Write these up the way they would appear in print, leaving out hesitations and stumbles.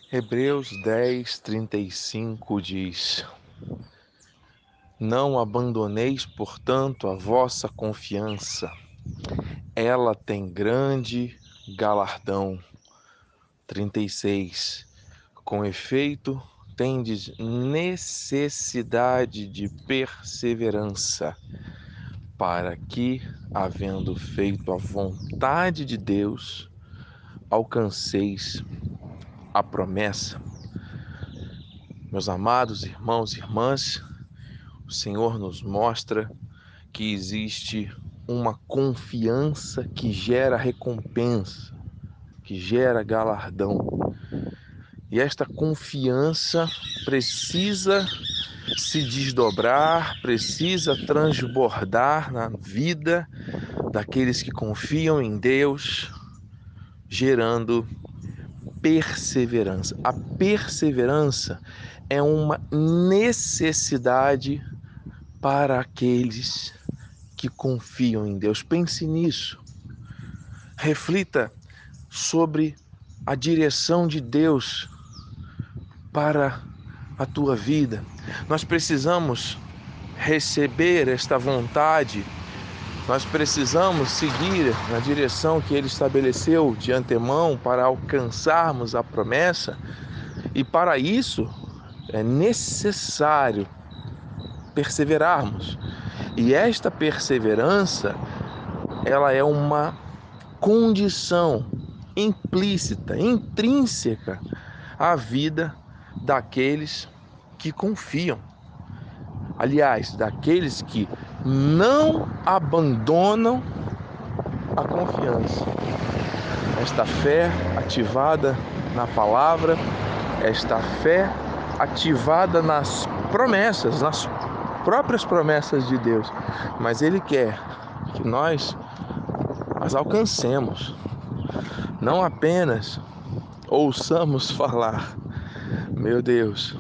Hebreus 10:35 diz: Não abandoneis, portanto, a vossa confiança. Ela tem grande galardão. 36. Com efeito, tendes necessidade de perseverança, para que, havendo feito a vontade de Deus, alcanceis a promessa. Meus amados irmãos e irmãs, o Senhor nos mostra que existe uma confiança que gera recompensa, que gera galardão. E esta confiança precisa se desdobrar, precisa transbordar na vida daqueles que confiam em Deus, gerando perseverança. A perseverança é uma necessidade para aqueles que confiam em Deus. Pense nisso. Reflita sobre a direção de Deus para a tua vida. Nós precisamos receber esta vontade, nós precisamos seguir na direção que Ele estabeleceu de antemão para alcançarmos a promessa, e para isso é necessário perseverarmos. E esta perseverança, ela é uma condição implícita, intrínseca à vida daqueles que confiam. Aliás, daqueles que não abandonam a confiança. Esta fé ativada na palavra, esta fé ativada nas promessas, nas próprias promessas de Deus. Mas Ele quer que nós as alcancemos, não apenas ouçamos falar. Meu Deus,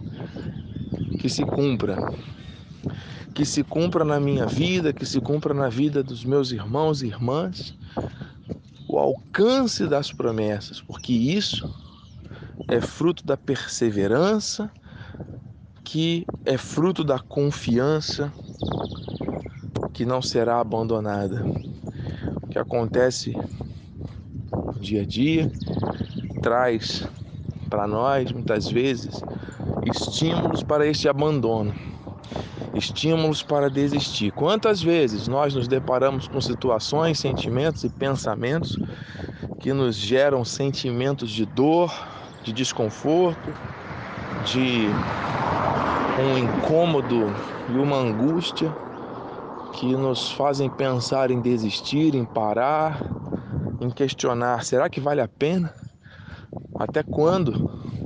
que se cumpra na minha vida, que se cumpra na vida dos meus irmãos e irmãs, o alcance das promessas, porque isso é fruto da perseverança, que é fruto da confiança que não será abandonada. O que acontece no dia a dia traz para nós, muitas vezes, estímulos para este abandono, estímulos para desistir. Quantas vezes nós nos deparamos com situações, sentimentos e pensamentos que nos geram sentimentos de dor, de desconforto, de um incômodo e uma angústia que nos fazem pensar em desistir, em parar, em questionar: será que vale a pena? Até quando?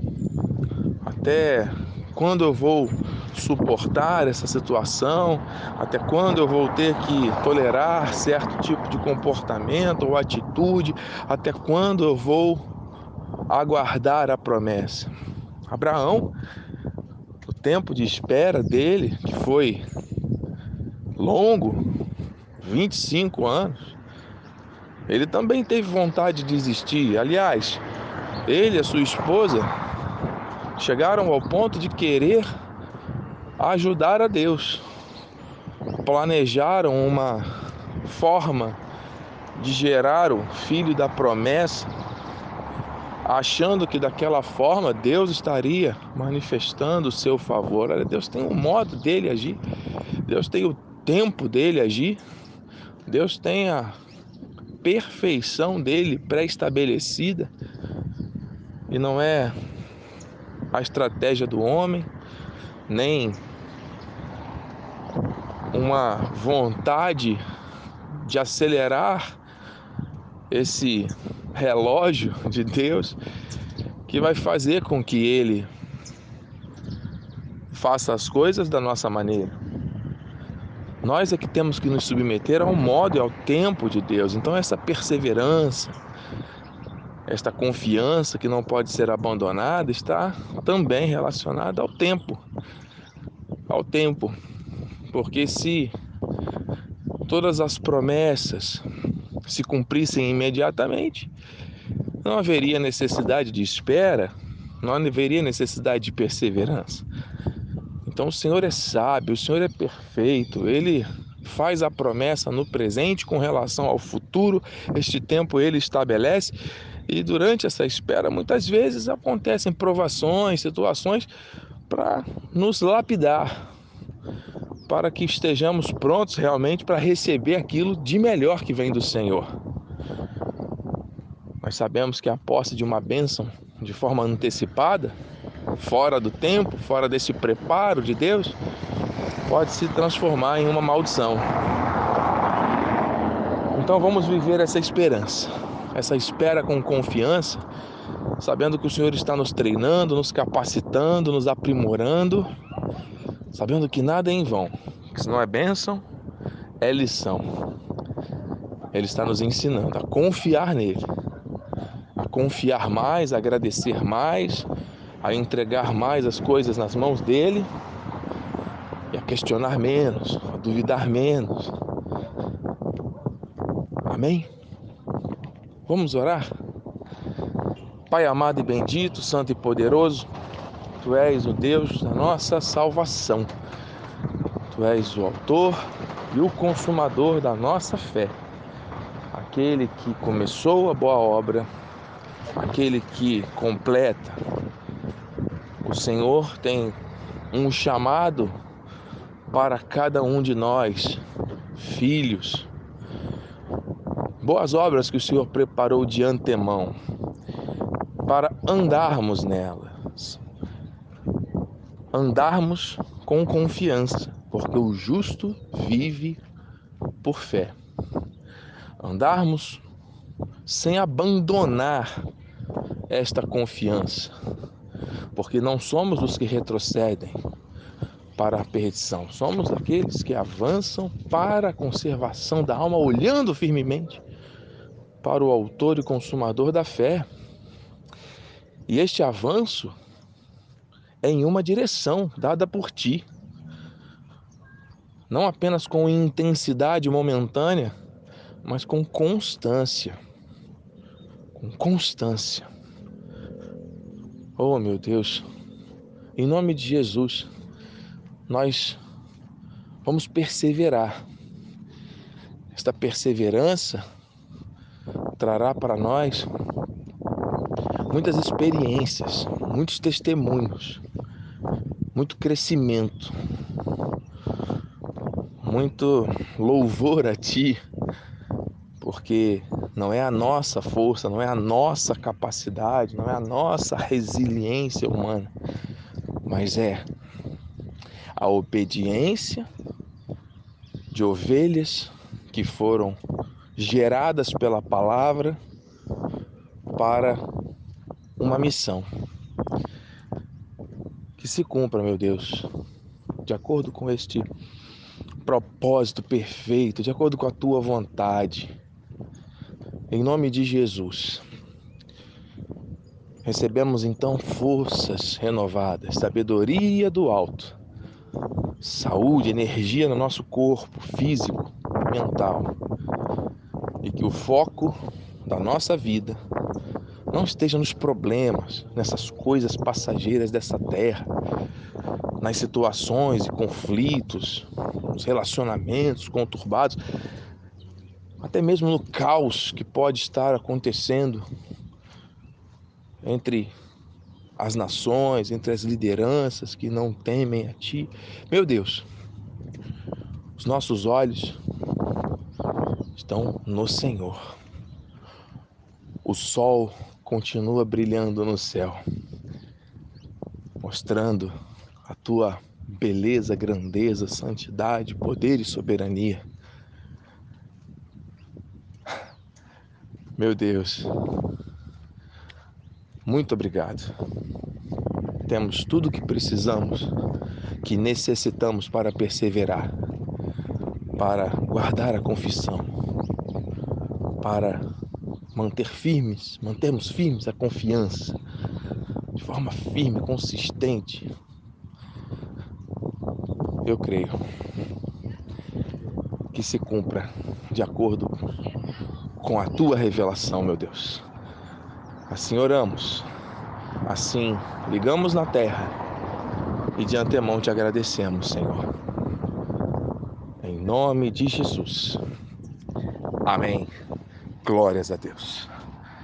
Até quando eu vou suportar essa situação? Até quando eu vou ter que tolerar certo tipo de comportamento ou atitude? Até quando eu vou aguardar a promessa? Abraão, o tempo de espera dele, que foi longo, 25 anos, ele também teve vontade de desistir. Aliás, ele e a sua esposa chegaram ao ponto de querer ajudar a Deus. Planejaram uma forma de gerar o filho da promessa, achando que daquela forma Deus estaria manifestando o seu favor. Olha, Deus tem um modo dele agir, Deus tem o tempo dele agir, Deus tem a perfeição dele pré-estabelecida, e não é a estratégia do homem, nem uma vontade de acelerar esse relógio de Deus que vai fazer com que ele faça as coisas da nossa maneira. Nós é que temos que nos submeter ao modo e ao tempo de Deus. Então essa perseverança, esta confiança que não pode ser abandonada, está também relacionada ao tempo. Ao tempo. Porque se todas as promessas se cumprissem imediatamente, não haveria necessidade de espera, Não haveria necessidade de perseverança. Então o Senhor é sábio, o Senhor é perfeito, Ele faz a promessa no presente com relação ao futuro, este tempo Ele estabelece, e durante essa espera muitas vezes acontecem provações, situações para nos lapidar, para que estejamos prontos realmente para receber aquilo de melhor que vem do Senhor. Nós sabemos que a posse de uma bênção de forma antecipada, fora do tempo, fora desse preparo de Deus, pode se transformar em uma maldição. Então vamos viver essa esperança, essa espera com confiança, sabendo que o Senhor está nos treinando, nos capacitando, nos aprimorando, sabendo que nada é em vão, que se não é bênção, é lição. Ele está nos ensinando a confiar nele, a confiar mais, a agradecer mais, a entregar mais as coisas nas mãos dele e a questionar menos, a duvidar menos. Amém? Vamos orar? Pai amado e bendito, santo e poderoso, Tu és o Deus da nossa salvação. Tu és o autor e o consumador da nossa fé. Aquele que começou a boa obra, aquele que completa. O Senhor tem um chamado para cada um de nós, filhos. Boas obras que o Senhor preparou de antemão para andarmos nelas. Andarmos com confiança, porque o justo vive por fé. Andarmos sem abandonar esta confiança, porque não somos os que retrocedem para a perdição, somos aqueles que avançam para a conservação da alma, olhando firmemente para o autor e consumador da fé. E este avanço é em uma direção dada por ti, não apenas com intensidade momentânea, mas com constância. Com constância. Oh, meu Deus, em nome de Jesus, nós vamos perseverar. Esta perseverança trará para nós muitas experiências, muitos testemunhos, muito crescimento, muito louvor a Ti, porque não é a nossa força, não é a nossa capacidade, não é a nossa resiliência humana, mas é a obediência de ovelhas que foram geradas pela palavra para uma missão. Que se cumpra, meu Deus, de acordo com este propósito perfeito, de acordo com a Tua vontade. Em nome de Jesus. Recebemos então forças renovadas, sabedoria do alto, saúde, energia no nosso corpo físico, mental. E que o foco da nossa vida não esteja nos problemas, nessas coisas passageiras dessa terra, nas situações e conflitos, nos relacionamentos conturbados, até mesmo no caos que pode estar acontecendo entre as nações, entre as lideranças que não temem a Ti. Meu Deus, os nossos olhos estão no Senhor. O sol continua brilhando no céu, mostrando a Tua beleza, grandeza, santidade, poder e soberania. Meu Deus, muito obrigado. Temos tudo o que precisamos, que necessitamos para perseverar, para guardar a confissão, para mantermos firmes a confiança, de forma firme, consistente. Eu creio que se cumpra de acordo com a Tua revelação, meu Deus. Assim oramos, Assim, ligamos na terra e de antemão te agradecemos, Senhor. Em nome de Jesus. Amém. Glórias a Deus.